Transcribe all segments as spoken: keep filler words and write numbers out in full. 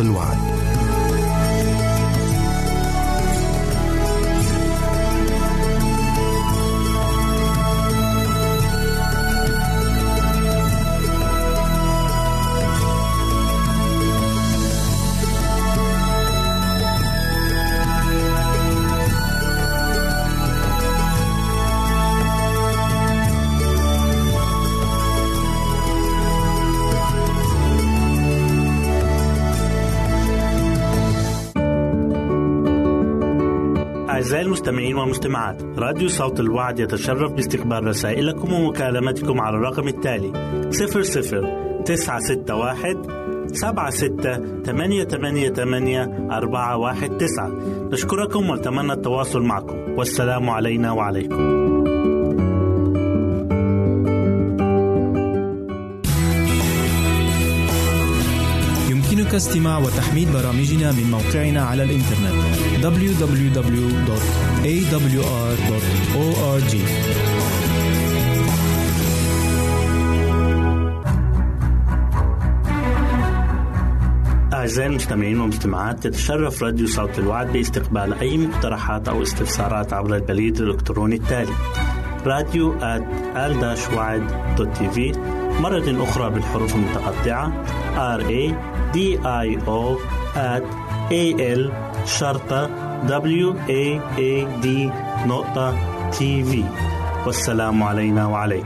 الوعد. أعزائي المستمعين والمستمعات، راديو صوت الوعد يتشرف باستقبال رسائلكم ومكالمتكم على الرقم التالي صفر صفر تسعة ستة واحد سبعة ستة ثمانية ثمانية ثمانية أربعة واحد تسعة. نشكركم ونتمنى التواصل معكم، والسلام علينا وعليكم. يمكنك استماع وتحميل برامجنا من موقعنا على الإنترنت دبليو دبليو دبليو دوت إيه دبليو آر دوت أو آر جي. أعزائي المستمعين والمستمعات، تتشرف راديو صوت الوعد باستقبال أي مقترحات أو استفسارات عبر البريد الإلكتروني التالي راديو آت آل وعد دوت تي في، مرة أخرى بالحروف المتقطعة R A D I O at A L شرطة W A A D نقطة تي في. والسلام علينا وعليكم.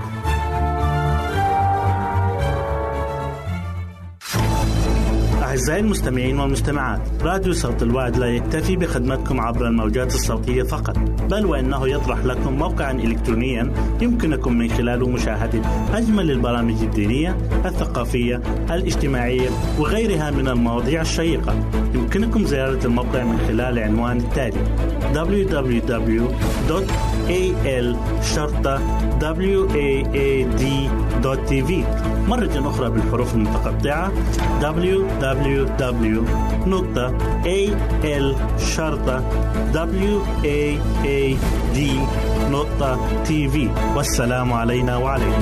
أعزائي المستمعين والمستمعات، راديو صوت الوعد لا يكتفي بخدمتكم عبر الموجات الصوتية فقط، بل وإنه يطرح لكم موقعا إلكترونيا يمكنكم من خلاله مشاهدة أجمل البرامج الدينية، الثقافية، الاجتماعية وغيرها من المواضيع الشيقة. يمكنكم زيارة الموقع من خلال العنوان التالي دبليو دبليو دبليو دوت إيه إل شرطة W A A D دوت تي في، مرة أخرى بالحروف المتقطعة دبليو دبليو دبليو دوت إيه إل شرطة W A A D دوت تي في. والسلام علينا وعليكم.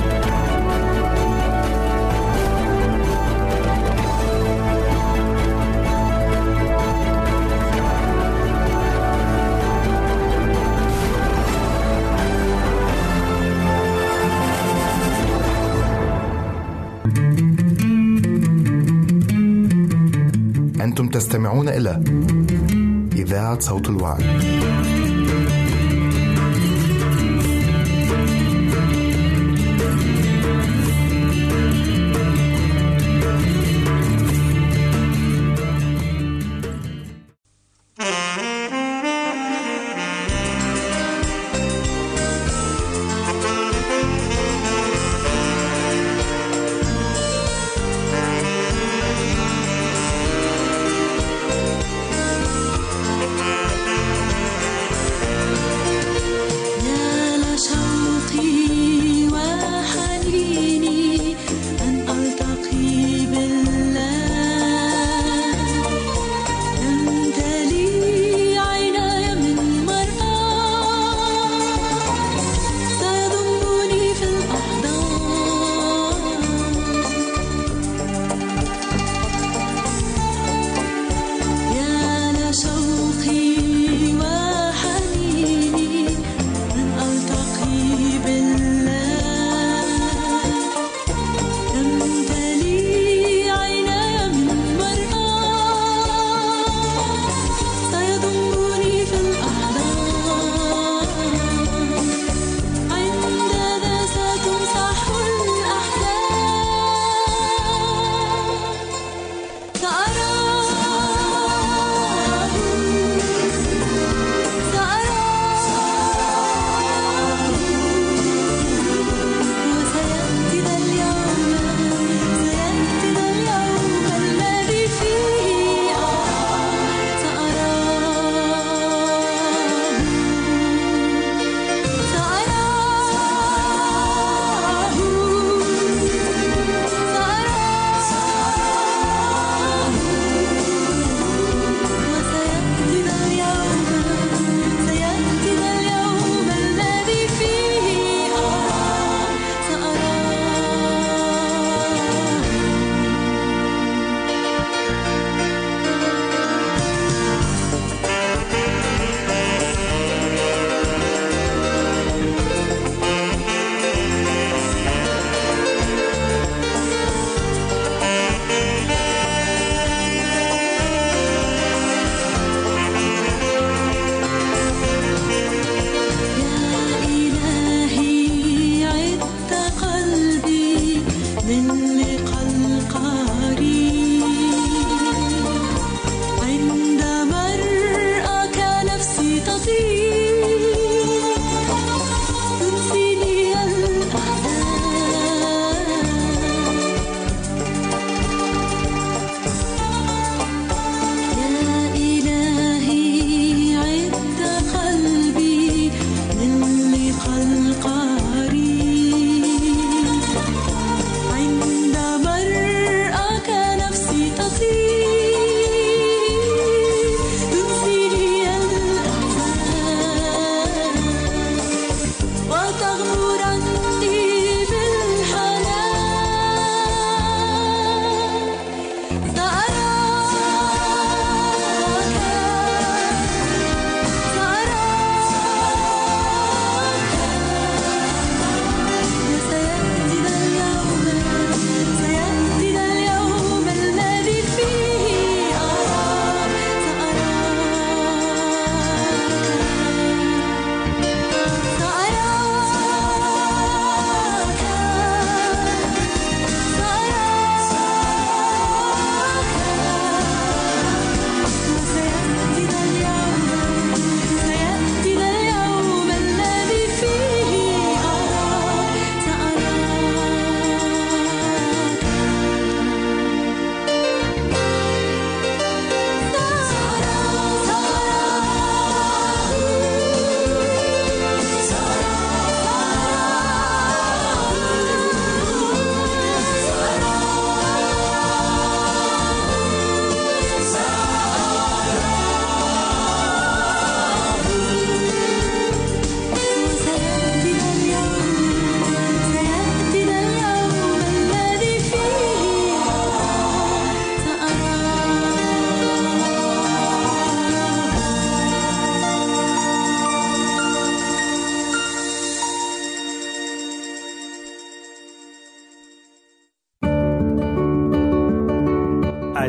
أنتم تستمعون إلى إذاعة صوت الوعد.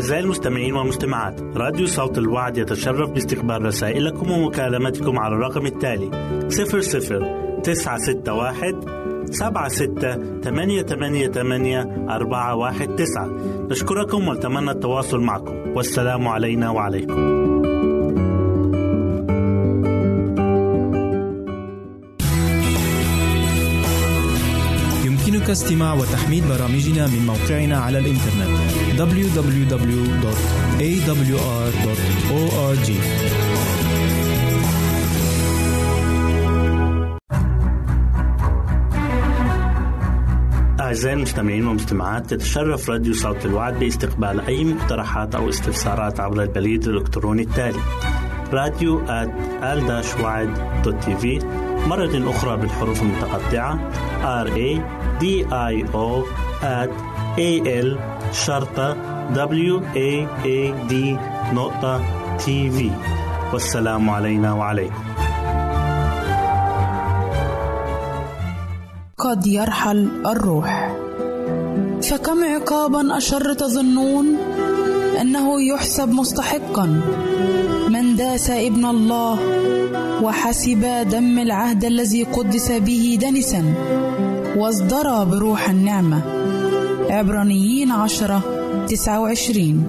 أعزائي المستمعين والمستمعات، راديو صوت الوعد يتشرف باستقبال رسائلكم ومكالمتكم على الرقم التالي صفر صفر تسعة ستة واحد سبعة ستة ثمانية ثمانية ثمانية أربعة واحد تسعة. نشكركم ونتمنى التواصل معكم، والسلام علينا وعليكم. يمكنك استماع وتحميل برامجنا من موقعنا على الإنترنت دبليو دبليو دبليو دوت إيه دبليو آر دوت أو آر جي. أعزائي المستمعين والمستمعات، تتشرف راديو صوت الوعد باستقبال أي مقترحات أو استفسارات عبر البريد الإلكتروني التالي راديو آت آل وعد دوت تي في، مرة أخرى بالحروف المتقطعة آر إيه دي آي أو آت إيه إل شرطة دبليو إيه إيه دي نقطة تي في. والسلام علينا وعليكم. قد يرحل الروح، فكم عقابا أشر تظنون أنه يحسب مستحقا من داس ابن الله وحسب دم العهد الذي قدس به دنسا واصدر بروح النعمة. عبرانيين عشرة تسعة وعشرين.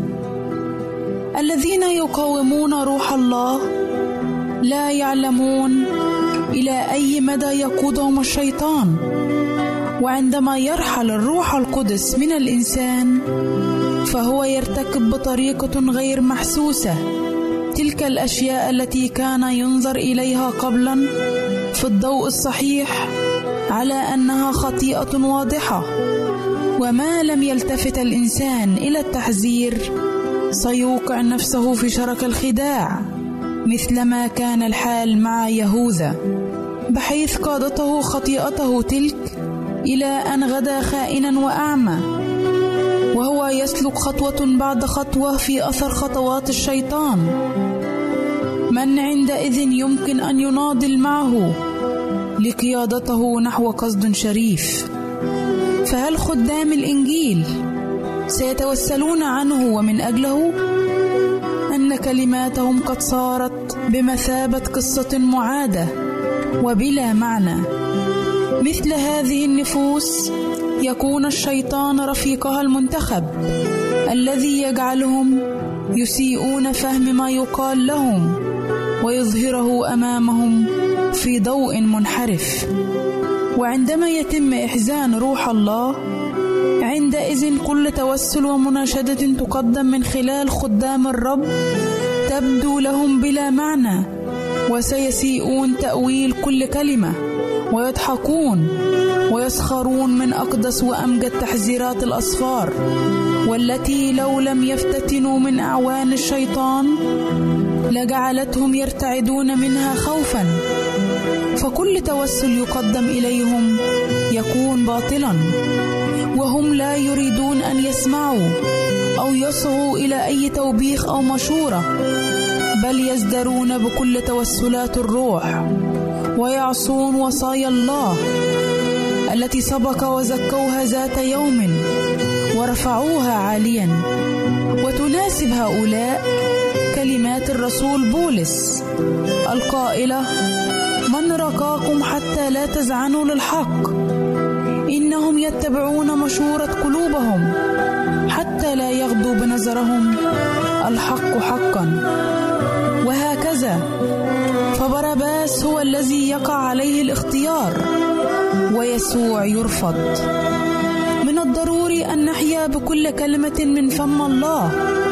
الذين يقاومون روح الله لا يعلمون إلى أي مدى يقودهم الشيطان، وعندما يرحل الروح القدس من الإنسان فهو يرتكب بطريقة غير محسوسة تلك الأشياء التي كان ينظر إليها قبلا في الضوء الصحيح على أنها خطيئة واضحة. وما لم يلتفت الإنسان إلى التحذير سيوقع نفسه في شرك الخداع، مثلما كان الحال مع يهوذا، بحيث قادته خطيئته تلك إلى أن غدا خائنا وأعمى، وهو يسلك خطوة بعد خطوة في أثر خطوات الشيطان. من عندئذ يمكن أن يناضل معه لقيادته نحو قصد شريف؟ فهل خدام الإنجيل سيتوسلون عنه ومن أجله؟ أن كلماتهم قد صارت بمثابة قصة معادة وبلا معنى. مثل هذه النفوس يكون الشيطان رفيقها المنتخب الذي يجعلهم يسيئون فهم ما يقال لهم ويظهره أمامهم في ضوء منحرف. وعندما يتم إحزان روح الله، عندئذ كل توسل ومناشدة تقدم من خلال خدام الرب تبدو لهم بلا معنى، وسيسيئون تأويل كل كلمة ويضحكون ويسخرون من أقدس وأمجد تحذيرات الأسفار، والتي لو لم يفتتنوا من أعوان الشيطان لجعلتهم يرتعدون منها خوفا. فكل توسل يقدم إليهم يكون باطلا، وهم لا يريدون أن يسمعوا أو يصغوا إلى أي توبيخ أو مشورة، بل يزدرون بكل توسلات الروح ويعصون وصايا الله التي سبق وزكوها ذات يوم ورفعوها عاليا. وتناسب هؤلاء كلمات الرسول بولس القائلة: من رقاكم حتى لا تزعنوا للحق، إنهم يتبعون مشورة قلوبهم حتى لا يغدو بنظرهم الحق حقا. وهكذا فبرباس هو الذي يقع عليه الاختيار ويسوع يرفض. من الضروري أن نحيا بكل كلمة من فم الله،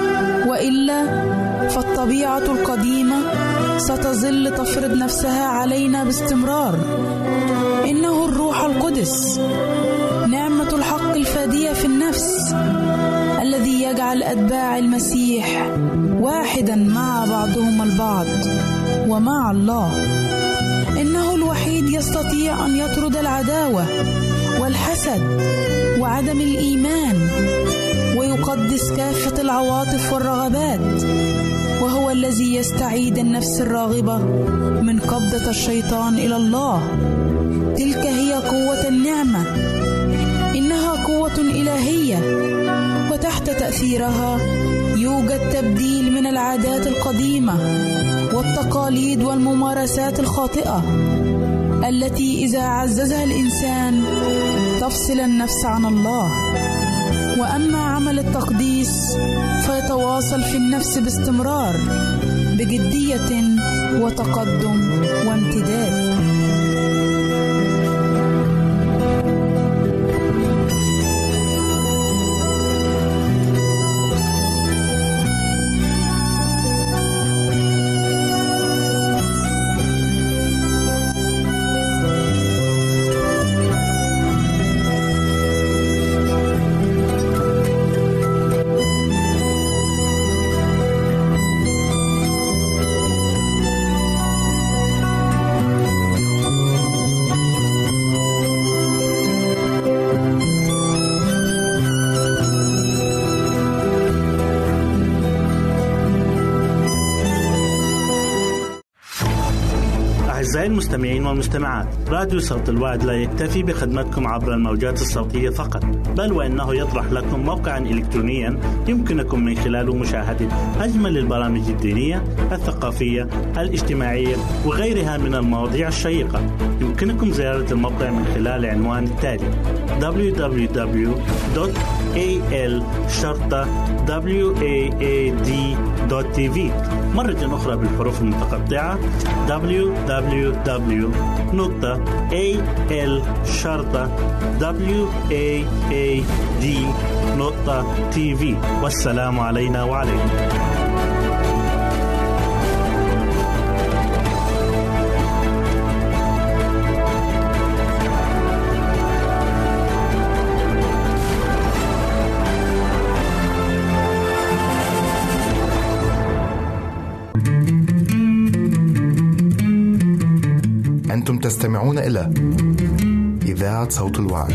وإلا فالطبيعة القديمة ستظل تفرض نفسها علينا باستمرار. إنه الروح القدس نعمة الحق الفادية في النفس الذي يجعل أتباع المسيح واحدا مع بعضهم البعض ومع الله. إنه الوحيد يستطيع أن يطرد العداوة والحسد وعدم الإيمان ويقدس كافة العواطف والرغبات، وهو الذي يستعيد النفس الراغبة من قبضة الشيطان إلى الله. تلك هي قوة النعمة، إنها قوة إلهية، وتحت تأثيرها يوجد تبديل من العادات القديمة والتقاليد والممارسات الخاطئة التي إذا عززها الإنسان تفصل النفس عن الله. وأما عمل التقديس فيتواصل في النفس باستمرار بجدية وتقدم وامتداد. أعزائي المستمعين والمستمعات، راديو صوت الوعد لا يكتفي بخدمتكم عبر الموجات الصوتية فقط، بل وإنه يطرح لكم موقعا إلكترونيا يمكنكم من خلاله مشاهدة أجمل البرامج الدينية، الثقافية، الاجتماعية وغيرها من المواضيع الشيقة. يمكنكم زيارة الموقع من خلال العنوان التالي دبليو دبليو دبليو دوت إيه إل شرطة واد دوت تي في. مرة أخرى بالحروف المتقطعة دبليو دبليو دبليو دوت إيه إل شرطة واد دوت تي في. والسلام علينا وعليكم. أنتم تستمعون إلى إذاعة صوت الوعد.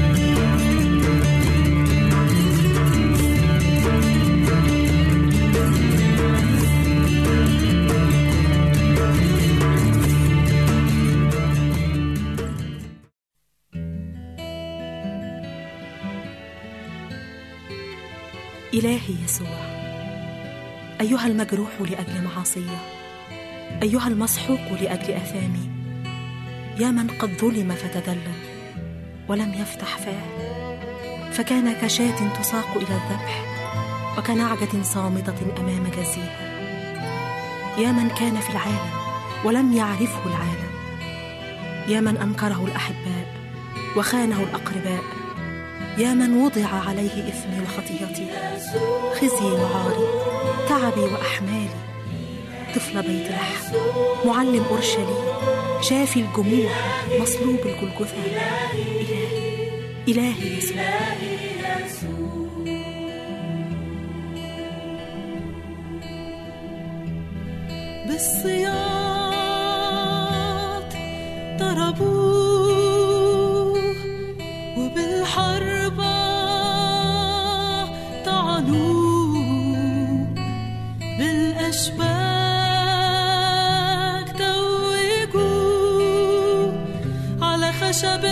إلهي يسوع، أيها المجروح لأجل معاصيه، أيها المسحوق لأجل آثامي، يا من قد ظلم فتدلل ولم يفتح فاه، فكان كشاة تساق إلى الذبح وكنعجة صامتة أمام جزيها. يا من كان في العالم ولم يعرفه العالم، يا من أنكره الأحباء وخانه الأقرباء، يا من وضع عليه إثمي وخطيئتي، خزي وعاري، تعبي وأحمالي، طفل بيت لحم، معلم أورشليم، شافي الجموع، مصلوب الجلجثة. إلهي إلهي يسوع. بالصياط ضربوه وبالحربة طعنوه، بالأشباك توجوه، على خشب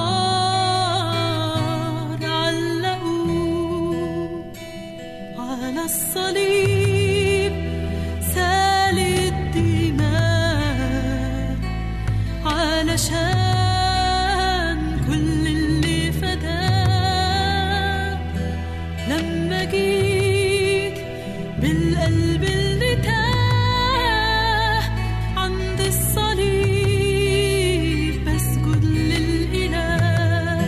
العار علقوه، على الصليب سال الدماء، علشان كل اللي فداه. لما جيت بالقلب اللي تاه عند الصليب، بسجد للإله.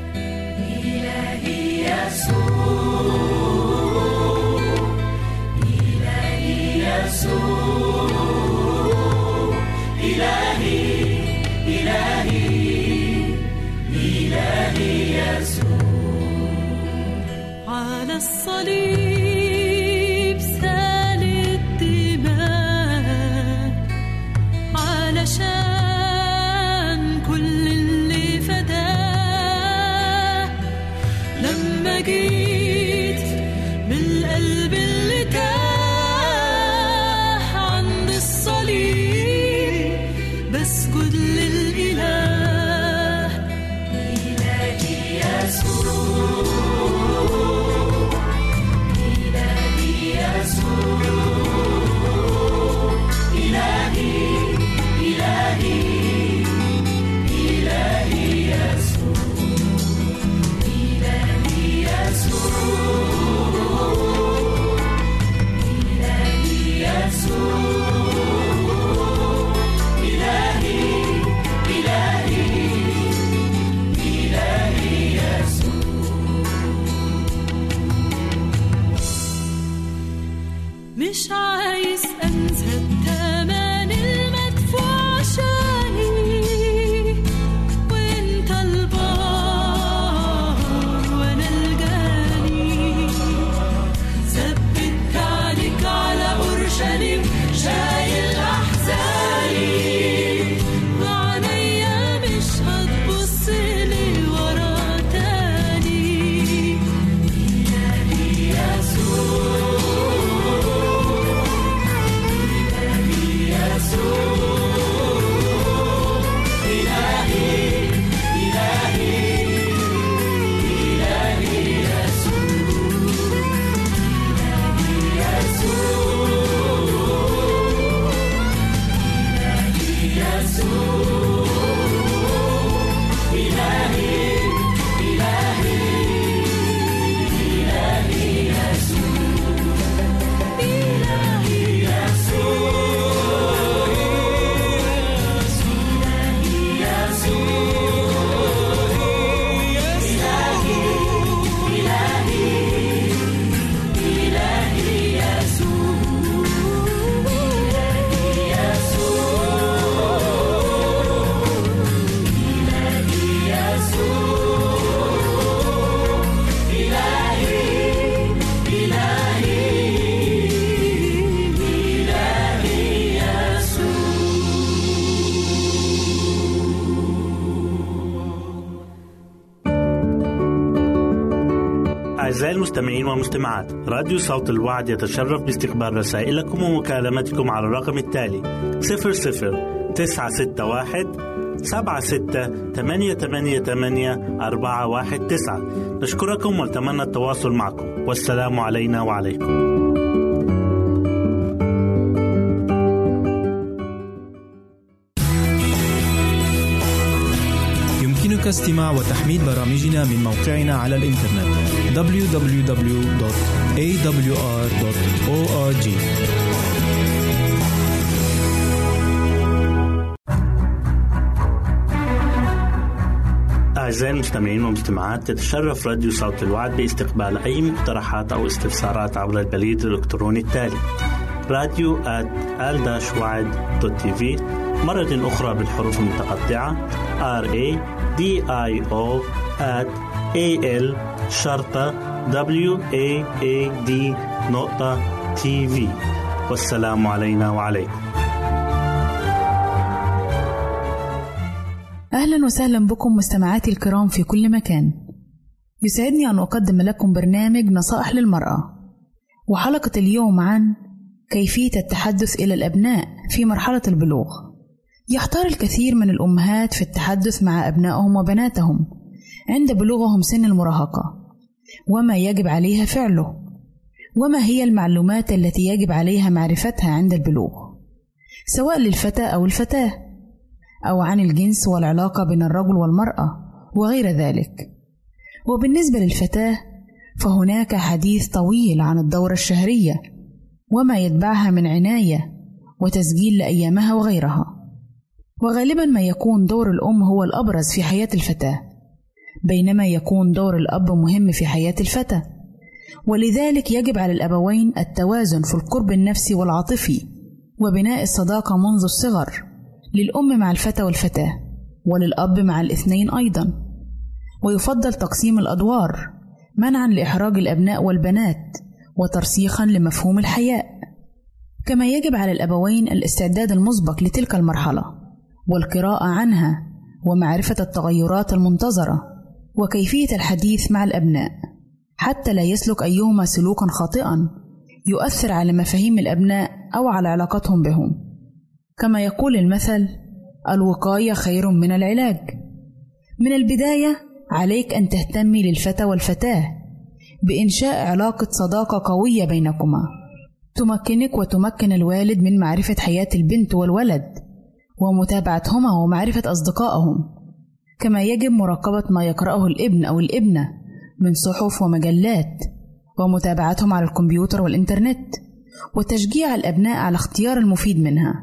إلهي يسوع، إلهي يسوع، إلهي إلهي إلهي يسوع. على الصليب سال الدماء، علشان كل اللي فداه. لما جيت بالقلب اللي تاه عند الصليب، بسجد للإله. إلهي يسوع، عايز أنسى الثمن المدفوع عشاني، وانت البار وانا الجاني. ثبت عليك على أورشليم شايل أحزاني، وعليا مش هتبص لي ورا تاني. إلهي يسوع، إلهي يسوع، إلهي إلهي إلهي يسوع، إلهي يسوع، إلهي يسوع، إلهي إلهي إلهي يسوع، إلهي يسوع، أعزائي المستمعين والمستمعات، راديو صوت الوعد يتشرف باستقبال رسائلكم ومكالمتكم على الرقم التالي صفر صفر تسعة ستة واحد سبعة ستة ثمانية ثمانية ثمانية أربعة واحد تسعة. نشكركم ونتمنى التواصل معكم، والسلام علينا وعليكم. يمكنك استماع وتحميل برامجنا من موقعنا على الإنترنت دبليو دبليو دبليو دوت إيه دبليو آر دوت أو آر جي. أعزائي المستمعين والمستمعات، تتشرف راديو صوت الوعد باستقبال أي مقترحات أو استفسارات عبر البريد الإلكتروني التالي راديو آت آل وعد دوت تي في، مرة أخرى بالحروف المتقطعة R A D I O at A L شرطة W A A D نقطة تي في. والسلام علينا وعليكم. أهلا وسهلا بكم مستمعاتي الكرام في كل مكان. يسعدني أن أقدم لكم برنامج نصائح للمرأة، وحلقة اليوم عن كيفية التحدث إلى الأبناء في مرحلة البلوغ. يحتار الكثير من الأمهات في التحدث مع أبنائهم وبناتهم عند بلوغهم سن المراهقة، وما يجب عليها فعله، وما هي المعلومات التي يجب عليها معرفتها عند البلوغ، سواء للفتى أو الفتاة، أو عن الجنس والعلاقة بين الرجل والمرأة وغير ذلك. وبالنسبة للفتاة فهناك حديث طويل عن الدورة الشهرية وما يتبعها من عناية وتسجيل لأيامها وغيرها. وغالبا ما يكون دور الأم هو الأبرز في حياة الفتاة، بينما يكون دور الأب مهم في حياة الفتى. ولذلك يجب على الأبوين التوازن في القرب النفسي والعاطفي وبناء الصداقة منذ الصغر، للأم مع الفتى والفتاة، وللأب مع الاثنين أيضا. ويفضل تقسيم الأدوار منعا لإحراج الأبناء والبنات وترسيخا لمفهوم الحياء. كما يجب على الأبوين الاستعداد المسبق لتلك المرحلة والقراءة عنها ومعرفة التغيرات المنتظرة وكيفية الحديث مع الأبناء، حتى لا يسلك أيهما سلوكا خاطئا يؤثر على مفاهيم الأبناء أو على علاقتهم بهم. كما يقول المثل: الوقاية خير من العلاج. من البداية عليك أن تهتمي للفتى والفتاة بإنشاء علاقة صداقة قوية بينكما تمكنك وتمكن الوالد من معرفة حياة البنت والولد ومتابعتهما ومعرفة أصدقائهم. كما يجب مراقبة ما يقرأه الابن أو الابنة من صحف ومجلات، ومتابعتهم على الكمبيوتر والإنترنت، وتشجيع الأبناء على اختيار المفيد منها.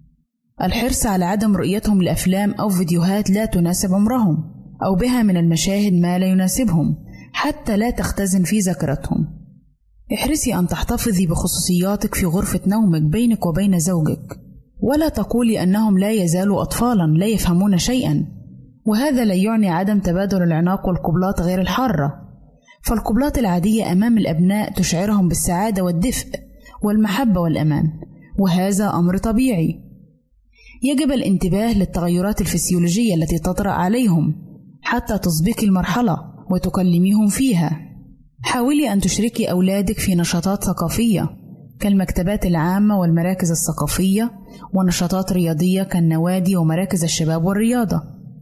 الحرص على عدم رؤيتهم لأفلام أو فيديوهات لا تناسب عمرهم، أو بها من المشاهد ما لا يناسبهم حتى لا تختزن في ذاكرتهم. احرصي أن تحتفظي بخصوصياتك في غرفة نومك بينك وبين زوجك، ولا تقولي أنهم لا يزالوا أطفالا لا يفهمون شيئا، وهذا لا يعني عدم تبادل العناق والقبلات غير الحارة، فالقبلات العادية أمام الأبناء تشعرهم بالسعادة والدفء والمحبة والأمان، وهذا أمر طبيعي. يجب الانتباه للتغيرات الفسيولوجية التي تطرأ عليهم حتى تسبقي المرحلة وتكلميهم فيها. حاولي أن تشركي أولادك في نشاطات ثقافية كالمكتبات العامة والمراكز الثقافية، ونشاطات رياضية كالنوادي ومراكز الشباب والرياضة.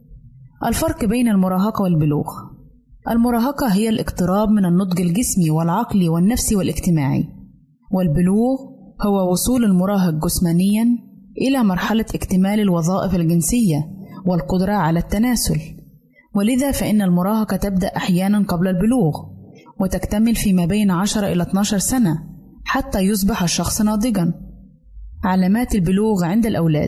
الفرق بين المراهقة والبلوغ: المراهقة هي الاقتراب من النضج الجسمي والعقلي والنفسي والاجتماعي، والبلوغ هو وصول المراهق جسمانيا إلى مرحلة اكتمال الوظائف الجنسية والقدرة على التناسل، ولذا فإن المراهقة تبدأ أحيانا قبل البلوغ وتكتمل فيما بين عشرة إلى اثنتي عشرة سنة حتى يصبح الشخص ناضجا. علامات البلوغ عند الأولاد: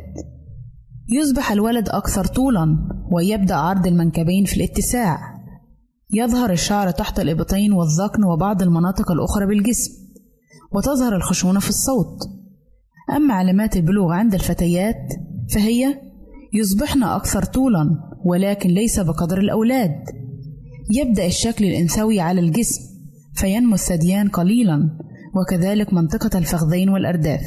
يصبح الولد أكثر طولا ويبدأ عرض المنكبين في الاتساع، يظهر الشعر تحت الإبطين والذقن وبعض المناطق الأخرى بالجسم، وتظهر الخشونة في الصوت. أما علامات البلوغ عند الفتيات فهي يصبحن أكثر طولا ولكن ليس بقدر الأولاد، يبدأ الشكل الأنثوي على الجسم فينمو الثديان قليلا وكذلك منطقة الفخذين والأرداف،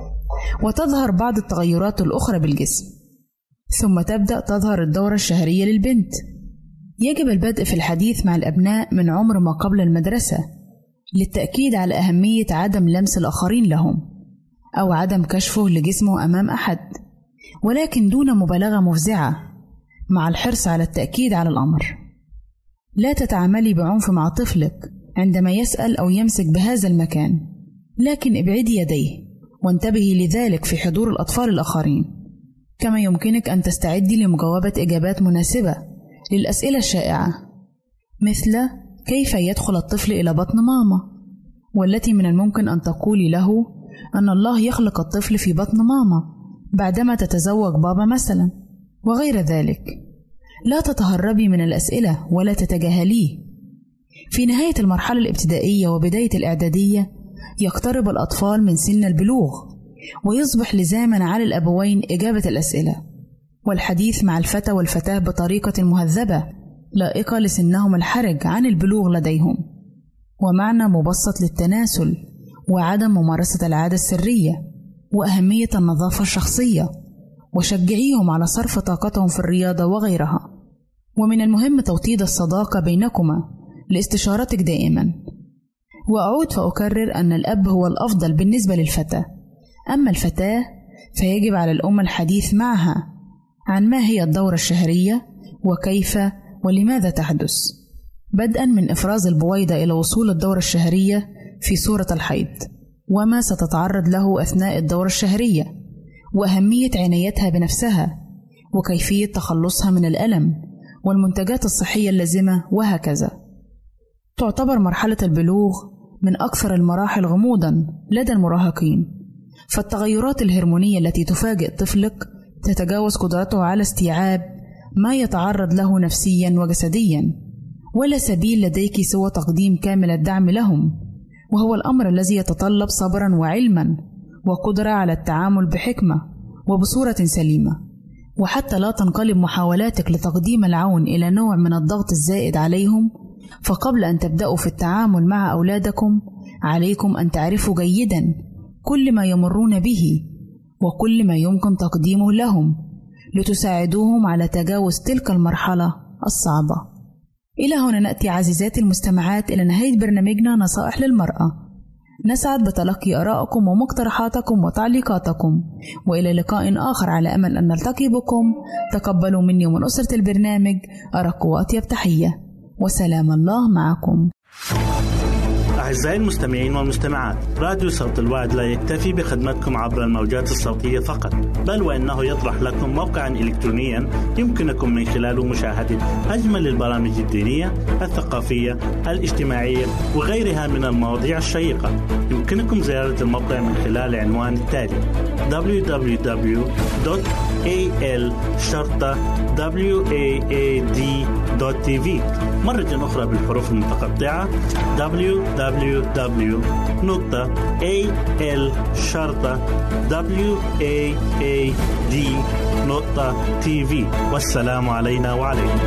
وتظهر بعض التغيرات الأخرى بالجسم. ثم تبدأ تظهر الدورة الشهرية للبنت. يجب البدء في الحديث مع الأبناء من عمر ما قبل المدرسة للتأكيد على أهمية عدم لمس الآخرين لهم أو عدم كشفه لجسمه أمام أحد، ولكن دون مبالغة مفزعة، مع الحرص على التأكيد على الأمر. لا تتعاملي بعنف مع طفلك عندما يسأل أو يمسك بهذا المكان، لكن ابعدي يديه وانتبهي لذلك في حضور الأطفال الآخرين. كما يمكنك أن تستعدي لمجاوبة إجابات مناسبة للأسئلة الشائعة، مثل كيف يدخل الطفل إلى بطن ماما، والتي من الممكن أن تقولي له أن الله يخلق الطفل في بطن ماما بعدما تتزوج بابا مثلا، وغير ذلك. لا تتهربي من الأسئلة ولا تتجاهليه. في نهاية المرحلة الابتدائية وبداية الإعدادية يقترب الأطفال من سن البلوغ، ويصبح لزاما على الأبوين إجابة الأسئلة والحديث مع الفتى والفتاة بطريقة مهذبة لائقة لسنهم الحرج عن البلوغ لديهم، ومعنى مبسط للتناسل وعدم ممارسة العادة السرية وأهمية النظافة الشخصية، وشجعيهم على صرف طاقتهم في الرياضة وغيرها. ومن المهم توطيد الصداقة بينكما لاستشارتك دائما. وأعود فأكرر أن الأب هو الأفضل بالنسبة للفتى، أما الفتاة فيجب على الأم الحديث معها عن ما هي الدورة الشهرية وكيف ولماذا تحدث، بدءا من إفراز البويضة إلى وصول الدورة الشهرية في صورة الحيض، وما ستتعرض له أثناء الدورة الشهرية، وأهمية عنايتها بنفسها، وكيفية تخلصها من الألم والمنتجات الصحية اللازمة، وهكذا. تعتبر مرحلة البلوغ من أكثر المراحل غموضا لدى المراهقين، فالتغيرات الهرمونية التي تفاجئ طفلك تتجاوز قدرته على استيعاب ما يتعرض له نفسيا وجسديا، ولا سبيل لديك سوى تقديم كامل الدعم لهم، وهو الأمر الذي يتطلب صبرا وعلما وقدرة على التعامل بحكمة وبصورة سليمة. وحتى لا تنقلب محاولاتك لتقديم العون إلى نوع من الضغط الزائد عليهم، فقبل أن تبدأوا في التعامل مع أولادكم عليكم أن تعرفوا جيدا كل ما يمرون به وكل ما يمكن تقديمه لهم لتساعدوهم على تجاوز تلك المرحلة الصعبة. إلى هنا نأتي عزيزاتي المستمعات إلى نهاية برنامجنا نصائح للمرأة. نسعد بتلقي آرائكم ومقترحاتكم وتعليقاتكم، وإلى لقاء آخر على أمل أن نلتقي بكم. تقبلوا مني ومن أسرة البرنامج أرق وأطيب تحية، وسلام الله معكم. أعزائي المستمعين والمستمعات، راديو صوت الوعد لا يكتفي بخدمتكم عبر الموجات الصوتية فقط، بل وإنه يطرح لكم موقعا إلكترونيا يمكنكم من خلاله مشاهدة أجمل البرامج الدينية، الثقافية، الاجتماعية وغيرها من المواضيع الشيقة. يمكنكم زيارة الموقع من خلال العنوان التالي: دبليو دبليو دبليو دوت إيه إل شرطة واد دوت تي في. مرة أخرى بالحروف المتقطعة دبليو دبليو دبليو دوت إيه إل شرطة واد دوت تي في. والسلام علينا وعليكم.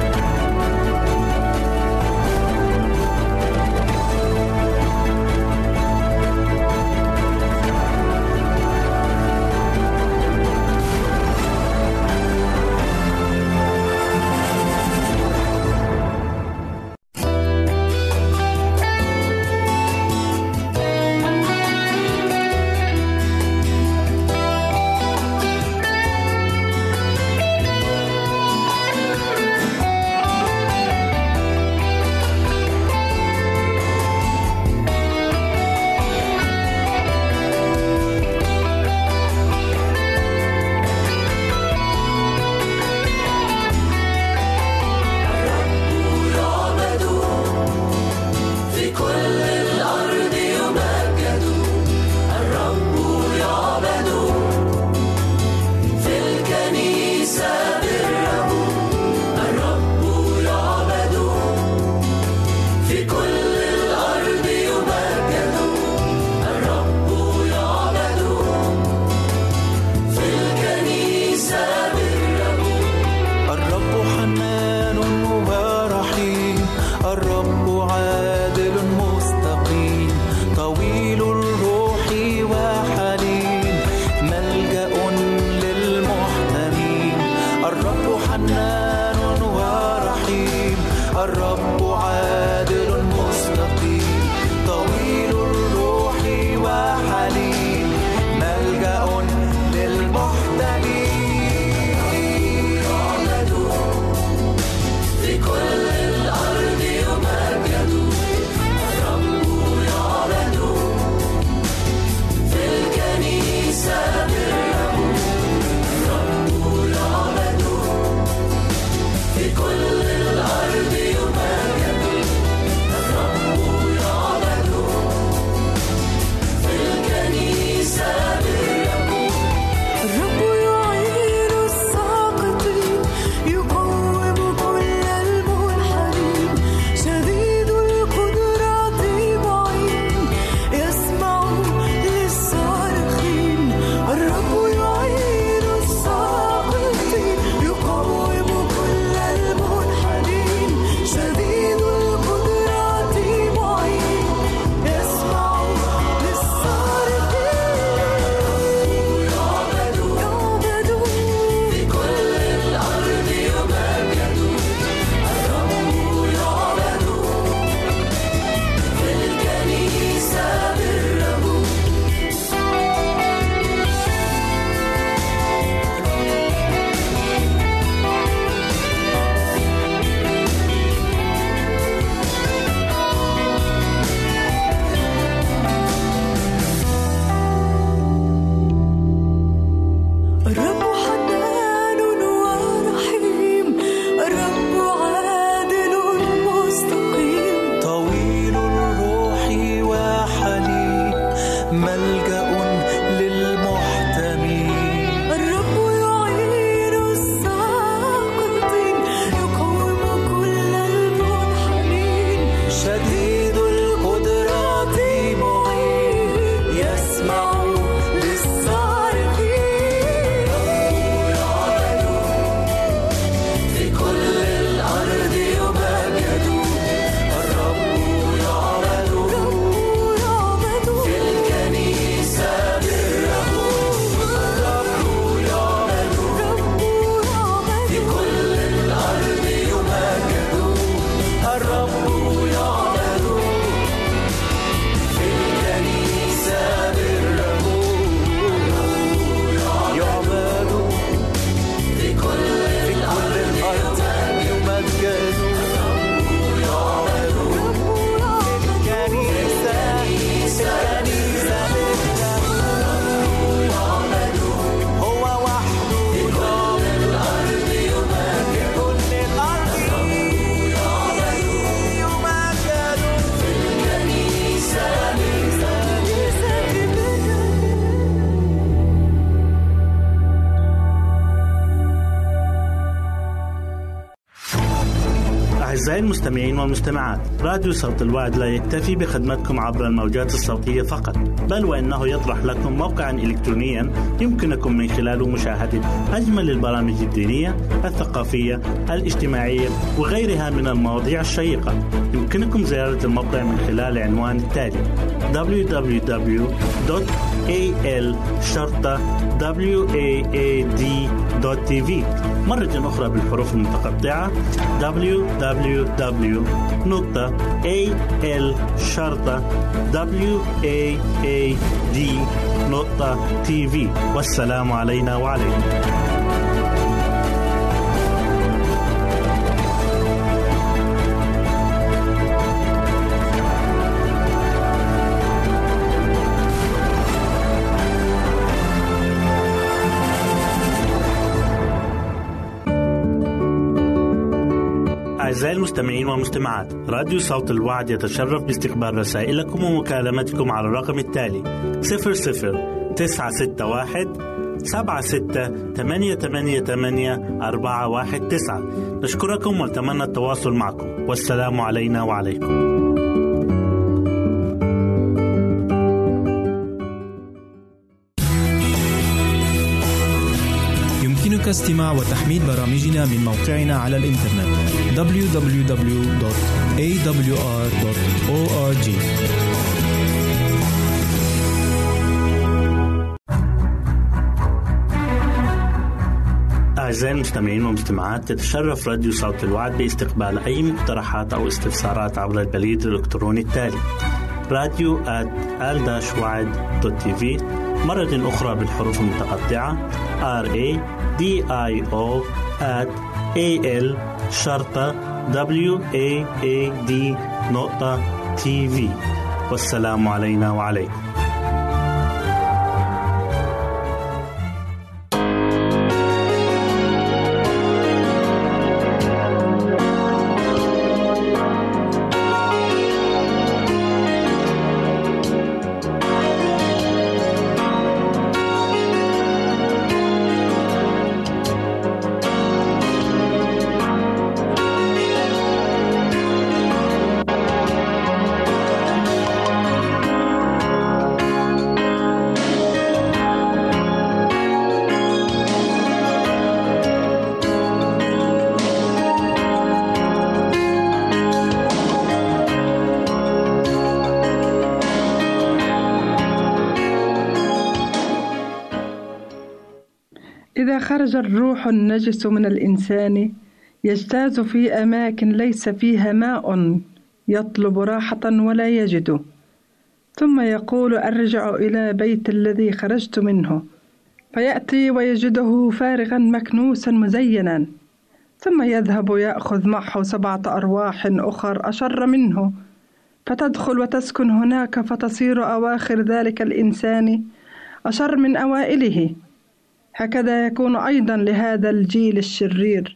أعزائي المستمعين والمستمعات، راديو صوت الوعد لا يكتفي بخدمتكم عبر الموجات الصوتية فقط، بل وإنه يطرح لكم موقعا إلكترونيا يمكنكم من خلاله مشاهدة أجمل البرامج الدينية، الثقافية، الاجتماعية وغيرها من المواضيع الشيقة. يمكنكم زيارة الموقع من خلال العنوان التالي دبليو دبليو دبليو دوت إيه إل شرطة واد دوت تي في. مرة أخرى بالحروف المتقطعة دبليو دبليو دبليو دوت إيه إل شرطة واد دوت تي في. والسلام علينا وعليكم. أعزائي المستمعين والمستمعات، راديو صوت الوعد يتشرف باستقبال رسائلكم ومكالمتكم على الرقم التالي صفر صفر تسعة ستة واحد سبعة ستة ثمانية ثمانية ثمانية أربعة واحد تسعة. نشكركم ونتمنى التواصل معكم، والسلام علينا وعليكم. يمكنك استماع وتحميل برامجنا من موقعنا على الإنترنت دبليو دبليو دبليو دوت إيه دبليو آر دوت أو آر جي. أعزائي المستمعين والمستمعات، تتشرف راديو صوت الوعد باستقبال أي مقترحات أو استفسارات عبر البريد الإلكتروني التالي راديو آت آل وعد دوت تي في. مرة أخرى بالحروف المتقطعة راديو آت آل شرطة واد نقطة تي في. والسلام علينا وعليكم. إذا خرج الروح النجس من الإنسان يجتاز في أماكن ليس فيها ماء، يطلب راحة ولا يجد، ثم يقول أرجع إلى بيت الذي خرجت منه، فيأتي ويجده فارغا مكنوسا مزينا، ثم يذهب يأخذ معه سبعة أرواح أخر أشر منه، فتدخل وتسكن هناك، فتصير أواخر ذلك الإنسان أشر من أوائله. هكذا يكون أيضا لهذا الجيل الشرير.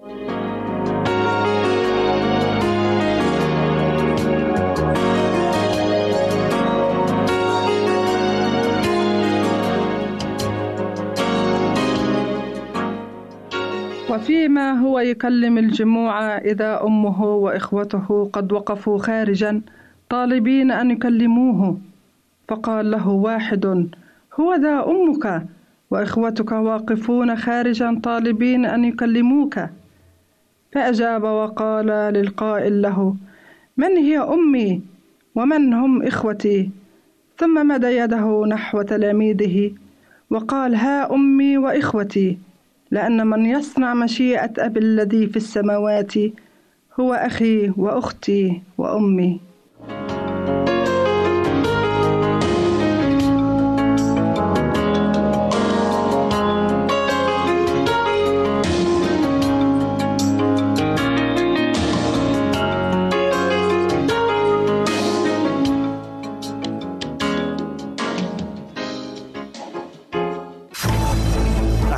وفيما هو يكلم الجموع إذا أمه وإخوته قد وقفوا خارجا طالبين أن يكلموه، فقال له واحد: هو ذا أمك وإخوتك واقفون خارجا طالبين أن يكلموك. فأجاب وقال للقائل له: من هي أمي ومن هم إخوتي؟ ثم مد يده نحو تلاميذه وقال: ها أمي وإخوتي، لأن من يصنع مشيئة أبي الذي في السماوات هو أخي وأختي وأمي.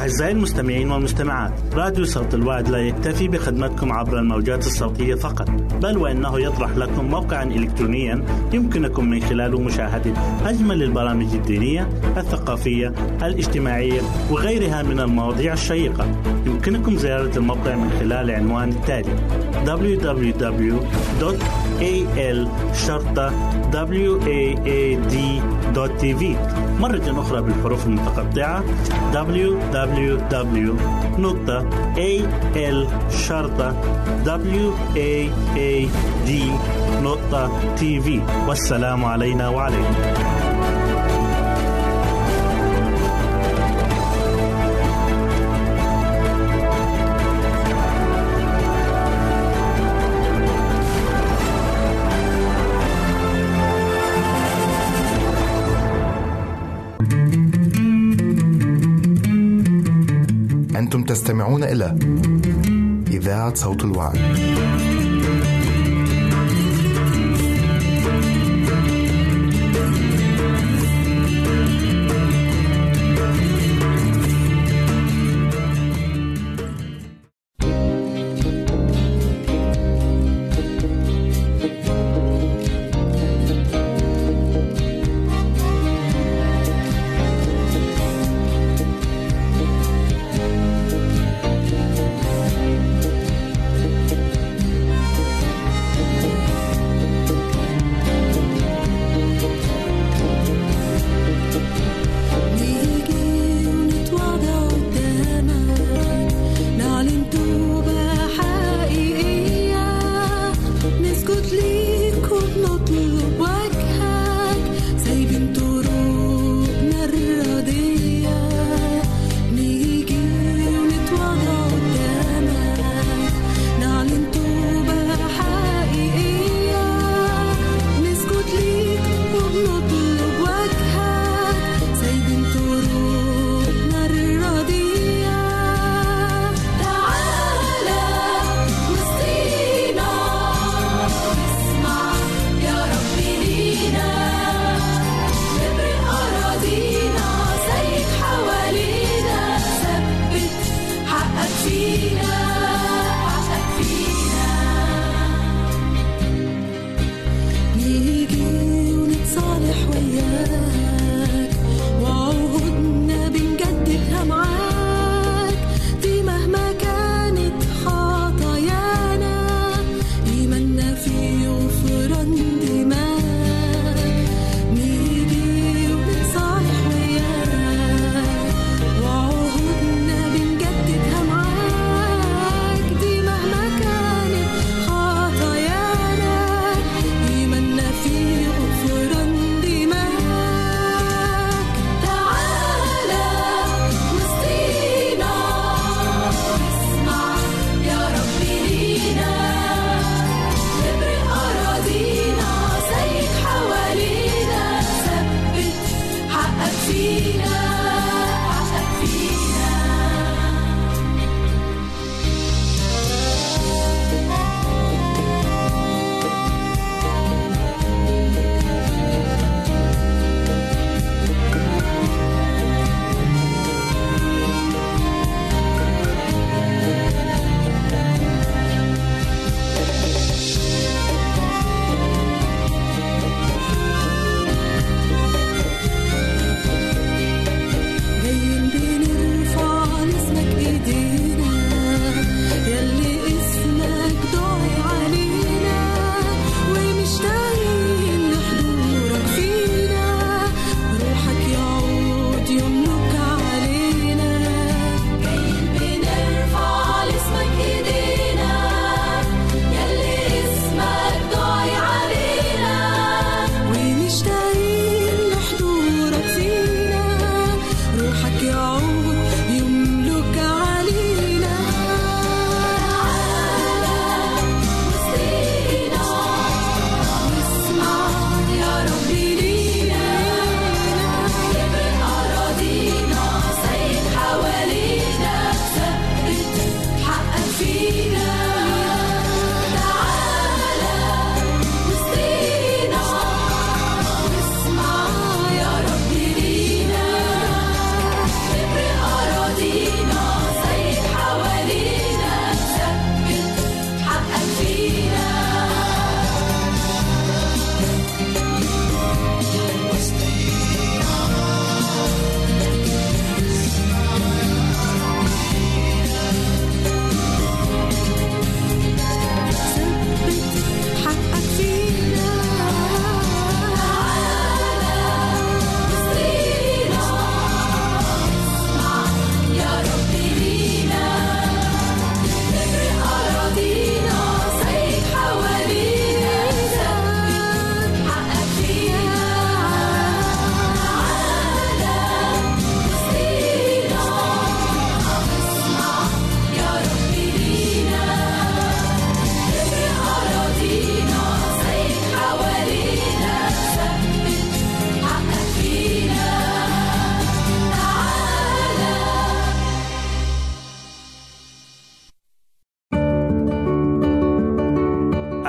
أعزائي المستمعين والمستمعات، راديو صوت الوعد لا يكتفي بخدمتكم عبر الموجات الصوتية فقط، بل وإنه يطرح لكم موقعا إلكترونيا يمكنكم من خلاله مشاهدة أجمل البرامج الدينية، الثقافية، الاجتماعية وغيرها من المواضيع الشيقة. يمكنكم زيارة الموقع من خلال العنوان التالي دبليو دبليو دبليو دوت إيه إل شرطة واد دوت تي في. مرة أخرى بالحروف المتقطعة دبليو دبليو دبليو دوت إيه إل شرطة واد دوت تي في. والسلام علينا وعليكم. أنتم تستمعون إلى إذاعة صوت الوعد.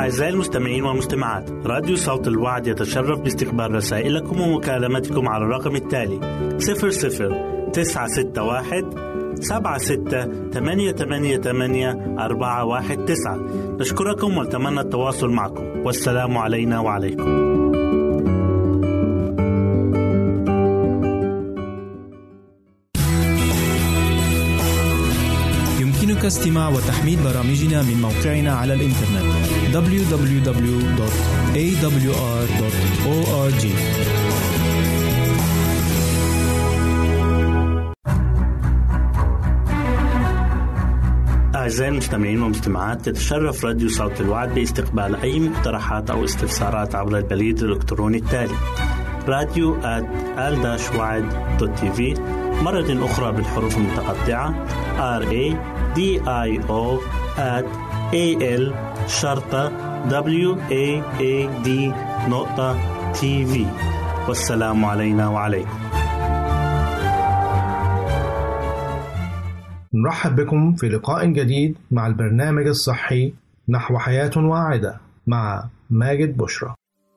أعزائي المستمعين والمستمعات، راديو صوت الوعد يتشرف باستقبال رسائلكم ومكالمتكم على الرقم التالي صفر صفر تسعة ستة واحد سبعة ستة ثمانية ثمانية ثمانية أربعة واحد تسعة. نشكركم ونتمنى التواصل معكم، والسلام علينا وعليكم. يمكنك استماع وتحميل برامجنا من موقعنا على الإنترنت دبليو دبليو دبليو دوت إيه دبليو آر دوت أو آر جي. أعزائي المستمعين والمستمعات، تتشرف راديو صوت الوعد باستقبال أي مقترحات أو استفسارات عبر البريد الإلكتروني التالي راديو آت آل وعد دوت تي في، مرة أخرى بالحروف المتقطعة آر إيه دي آي أو آت إيه إل شرطة دبليو إيه إيه دي نقطة تي في. والسلام علينا وعليكم. نرحب بكم في لقاء جديد مع البرنامج الصحي نحو حياة واعدة مع ماجد بشرى.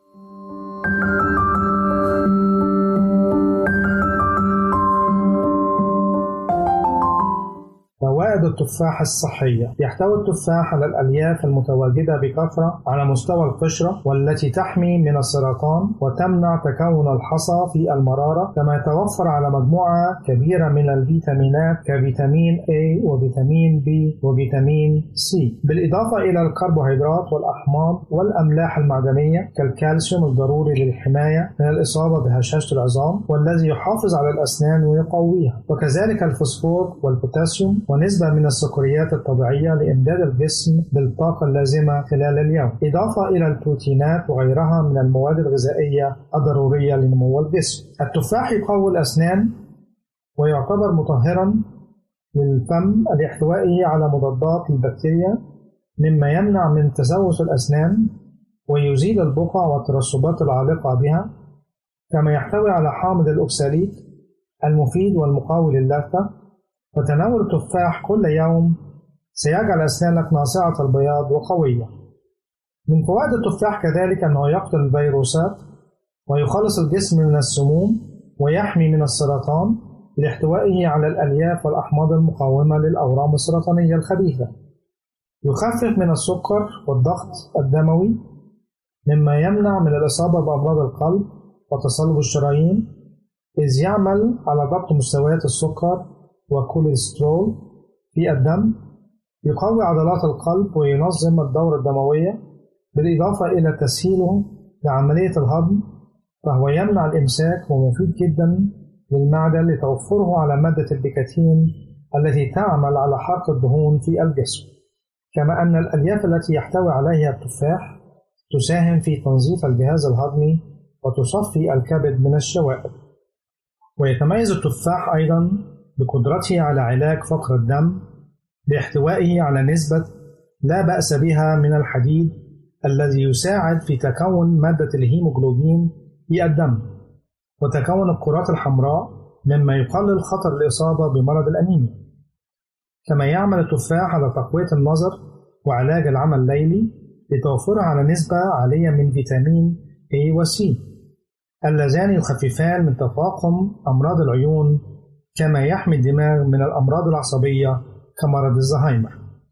فوائد التفاح الصحية. يحتوي التفاح على الألياف المتواجدة بكثرة على مستوى القشرة والتي تحمي من السرطان وتمنع تكون الحصى في المرارة، كما يتوفر على مجموعة كبيرة من الفيتامينات كفيتامين A وفيتامين B وفيتامين C، بالإضافة إلى الكربوهيدرات والأحماض والأملاح المعدنية كالكالسيوم الضروري للحماية من الإصابة بهشاشة العظام والذي يحافظ على الأسنان ويقويها، وكذلك الفوسفور والبوتاسيوم ونسبة من السكريات الطبيعية لإمداد الجسم بالطاقة اللازمة خلال اليوم، إضافة إلى البروتينات وغيرها من المواد الغذائية الضرورية لنمو الجسم. التفاح يقوي الأسنان ويعتبر مطهرا للفم لاحتوائه على مضادات البكتيريا، مما يمنع من تسوس الأسنان ويزيل البقع والترسبات العالقة بها، كما يحتوي على حامض الأوكساليك المفيد والمقاوي للثة. وتناول التفاح كل يوم سيجعل أسنانك ناصعة البياض وقوية. من فوائد التفاح كذلك أنه يقتل الفيروسات ويخلص الجسم من السموم ويحمي من السرطان لاحتوائه على الألياف والأحماض المقاومة للأورام السرطانية الخبيثة. يخفف من السكر والضغط الدموي، مما يمنع من الإصابة بأمراض القلب وتصلب الشرايين، إذ يعمل على ضبط مستويات السكر والكوليسترول في الدم. يقوي عضلات القلب وينظم الدورة الدموية، بالإضافة إلى تسهيله لعملية الهضم، فهو يمنع الإمساك ومفيد جدا للمعدة لتوفره على مادة البيكاتين التي تعمل على حرق الدهون في الجسم. كما أن الألياف التي يحتوي عليها التفاح تساهم في تنظيف الجهاز الهضمي وتصفي الكبد من الشوائب. ويتميز التفاح أيضا بقدرته على علاج فقر الدم باحتوائه على نسبة لا بأس بها من الحديد الذي يساعد في تكون مادة الهيموجلوبين في الدم وتكون الكرات الحمراء، مما يقلل خطر الإصابة بمرض الأنيميا. كما يعمل التفاح على تقوية النظر وعلاج العمى الليلي لتوفره على نسبة عالية من فيتامين A و C اللذان يخففان من تفاقم أمراض العيون، كما يحمي الدماغ من الأمراض العصبية كمرض الزهايمر.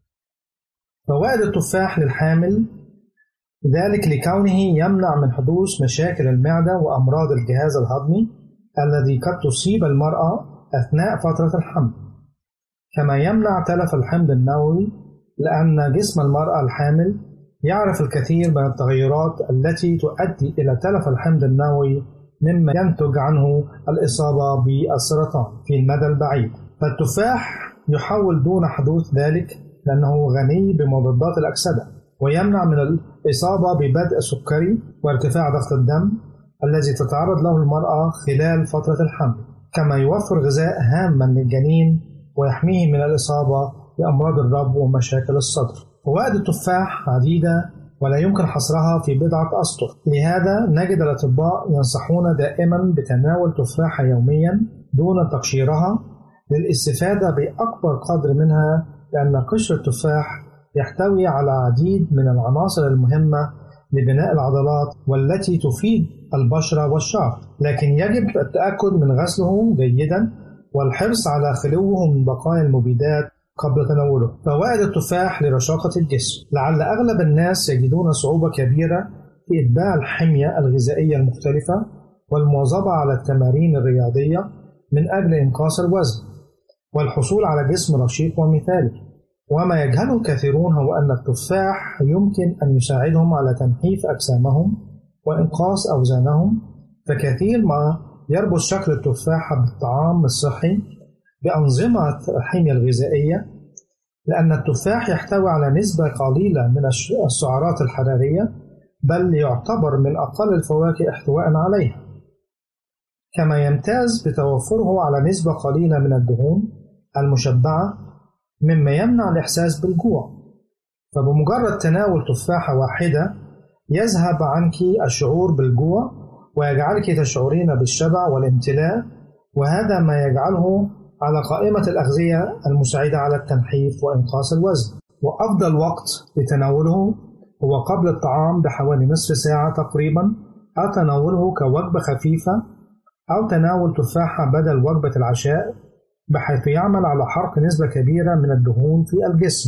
فوائد التفاح للحامل ذلك لكونه يمنع من حدوث مشاكل المعدة وأمراض الجهاز الهضمي الذي قد تصيب المرأة أثناء فترة الحمل، كما يمنع تلف الحمض النووي، لأن جسم المرأة الحامل يعرف الكثير من التغيرات التي تؤدي إلى تلف الحمض النووي، مما ينتج عنه الإصابة بالسرطان في المدى البعيد. فالتفاح يحول دون حدوث ذلك لأنه غني بمضادات الأكسدة، ويمنع من الإصابة ببدء سكري وارتفاع ضغط الدم الذي تتعرض له المرأة خلال فترة الحمل، كما يوفر غذاء هاما للجنين ويحميه من الإصابة بأمراض الرب ومشاكل الصدر. فوائد التفاح عديدة ولا يمكن حصرها في بضعة أسطر، لهذا نجد الأطباء ينصحون دائما بتناول تفاحة يوميا دون تقشيرها للاستفادة بأكبر قدر منها، لأن قشر التفاح يحتوي على العديد من العناصر المهمة لبناء العضلات والتي تفيد البشرة والشعر، لكن يجب التأكد من غسله جيدا والحرص على خلوه من بقايا المبيدات قبل تناوله. فوائد التفاح لرشاقة الجسم. لعل أغلب الناس يجدون صعوبة كبيرة في إتباع الحمية الغذائية المختلفة والمواظبة على التمارين الرياضية من أجل إنقاص الوزن والحصول على جسم رشيق ومثالي. وما يجهله الكثيرون هو أن التفاح يمكن أن يساعدهم على تنحيف أجسامهم وإنقاص أوزانهم، فكثير ما يربط شكل التفاحة بالطعام الصحي بأنظمة الحمية الغذائية، لأن التفاح يحتوي على نسبة قليلة من السعرات الحرارية، بل يعتبر من أقل الفواكه احتواء عليها، كما يمتاز بتوفره على نسبة قليلة من الدهون المشبعة مما يمنع الإحساس بالجوع. فبمجرد تناول تفاحة واحدة يذهب عنك الشعور بالجوع ويجعلك تشعرين بالشبع والامتلاء، وهذا ما يجعله على قائمة الأغذية المساعدة على التنحيف وإنقاص الوزن. وأفضل وقت لتناوله هو قبل الطعام بحوالي نصف ساعة تقريبا، أو تناوله كوجبة خفيفة، أو تناول تفاحة بدل وجبة العشاء، بحيث يعمل على حرق نسبة كبيرة من الدهون في الجسم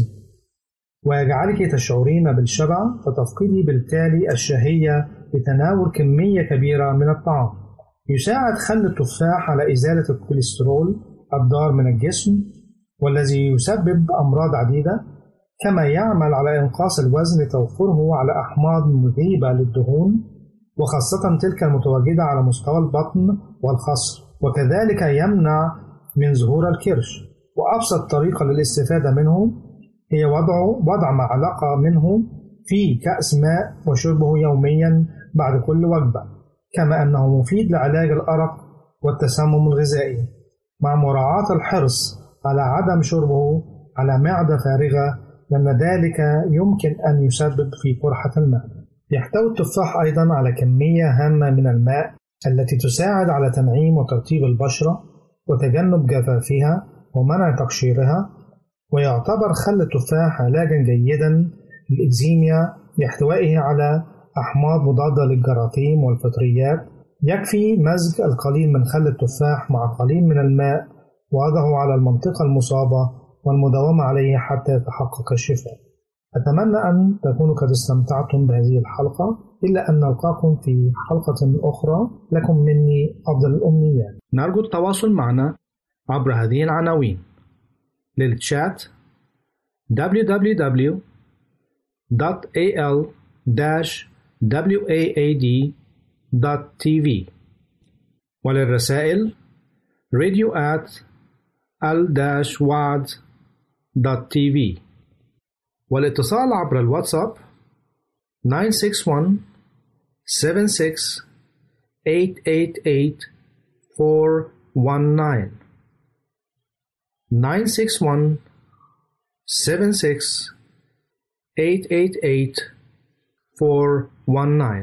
ويجعلك تشعرين بالشبع، فتفقدي بالتالي الشهية لتناول كمية كبيرة من الطعام. يساعد خل التفاح على إزالة الكوليسترول الضار من الجسم والذي يسبب أمراض عديدة، كما يعمل على إنقاص الوزن لتوفره على أحماض مذيبة للدهون، وخاصة تلك المتواجدة على مستوى البطن والخصر، وكذلك يمنع من ظهور الكرش. وأبسط طريقة للاستفادة منه هي وضع وضع معلقة منه في كأس ماء وشربه يوميا بعد كل وجبة، كما أنه مفيد لعلاج الأرق والتسمم الغذائي، مع مراعاة الحرص على عدم شربه على معدة فارغة، لأن ذلك يمكن أن يسبب في قرحة المعدة. يحتوي التفاح أيضا على كمية هامة من الماء التي تساعد على تنعيم وترطيب البشرة وتجنب جفافها ومنع تقشيرها، ويعتبر خل التفاح علاجا جيدا للإكزيميا لاحتوائه على أحماض مضادة للجراثيم والفطريات. يكفي مزج القليل من خل التفاح مع قليل من الماء ووضعه على المنطقة المصابة والمداومة عليه حتى يتحقق الشفاء. أتمنى أن تكونوا قد استمتعتم بهذه الحلقة، إلا أن نلقاكم في حلقة أخرى. لكم مني أفضل الأمنيات. نرجو التواصل معنا عبر هذه العناوين: للتشات دبليو دبليو دبليو دوت إيه إل واد دوت تي في، وللرسائل radio at ال واد دوت تي في، والاتصال عبر الواتساب nine six one seven six eight eight eight four one nine nine six one seven six eight eight eight four one nine.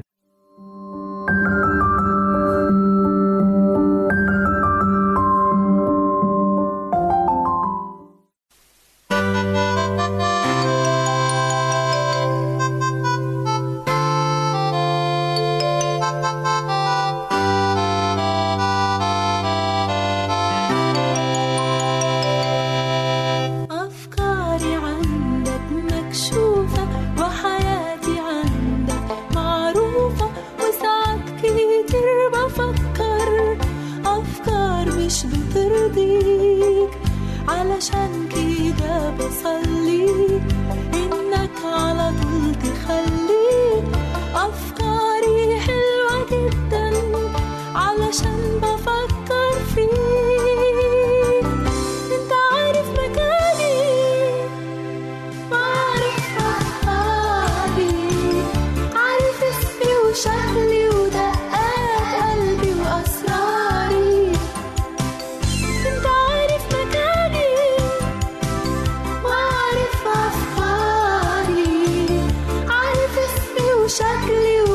شكلي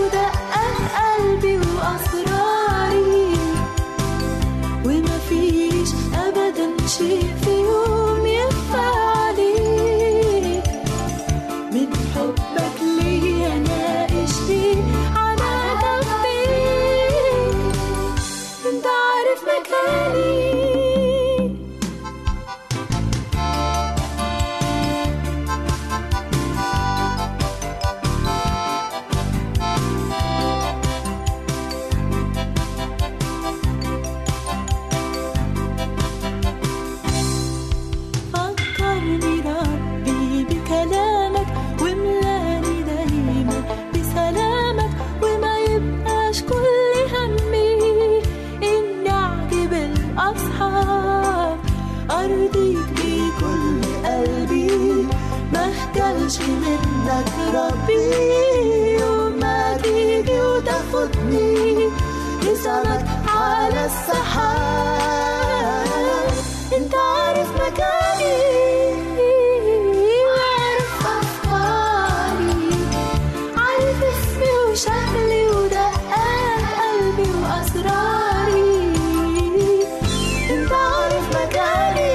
فيك بكل قلبي، مهكلش منك ربي. وما تيجي وتاخدني لسانك على السحاب، انت عارف مكاني وعارف أفكاري، عارف اسمي وشكلي ودقات قلبي وأسراري. انت عارف مكاني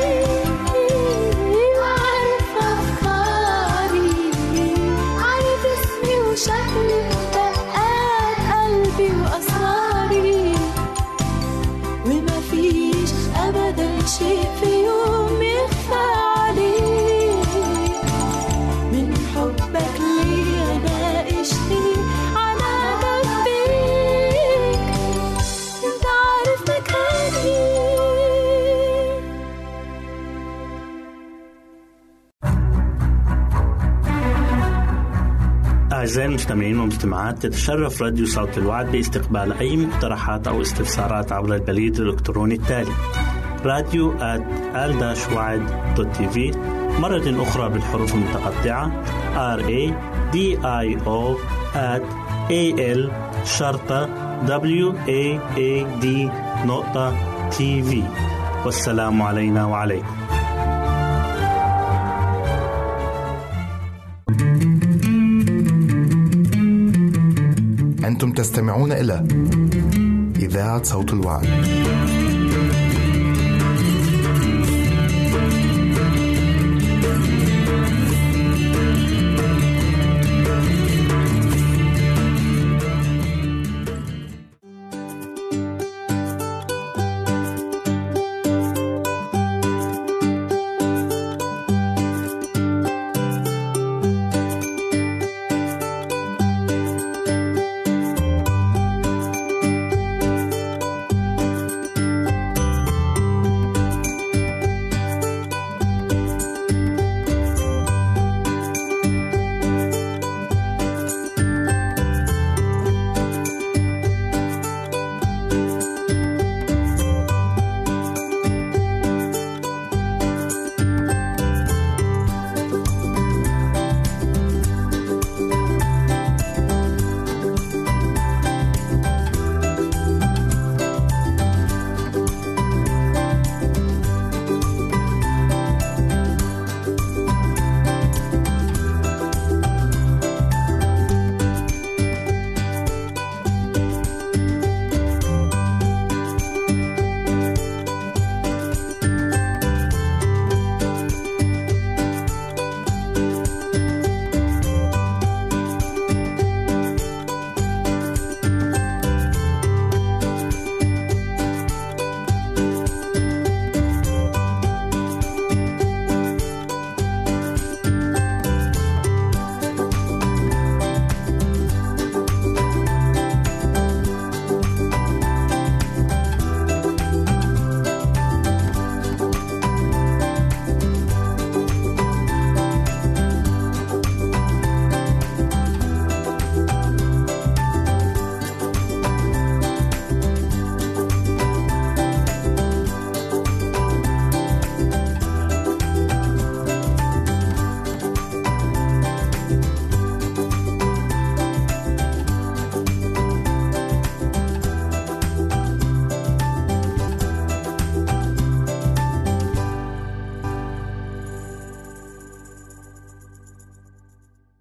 وعارف أفكاري، عارف اسمي وشكلي ودقات قلبي وأسراري. وما فيش أبدا شيء في يوم يخفى عليك، من حبك لي ناقشني على قلبك، انت عارف مكاني. أعزائي المستمعين والمستمعات، تتشرف راديو صوت الوعد باستقبال أي مقترحات أو استفسارات عبر البريد الإلكتروني التالي راديو آت آل وعد دوت تي في، مرة أخرى بالحروف المتقطعة راديو آت آل شرطة واد نقطة تي في. والسلام علينا وعليكم. أنتم تستمعون إلى إذاعة صوت الوعد.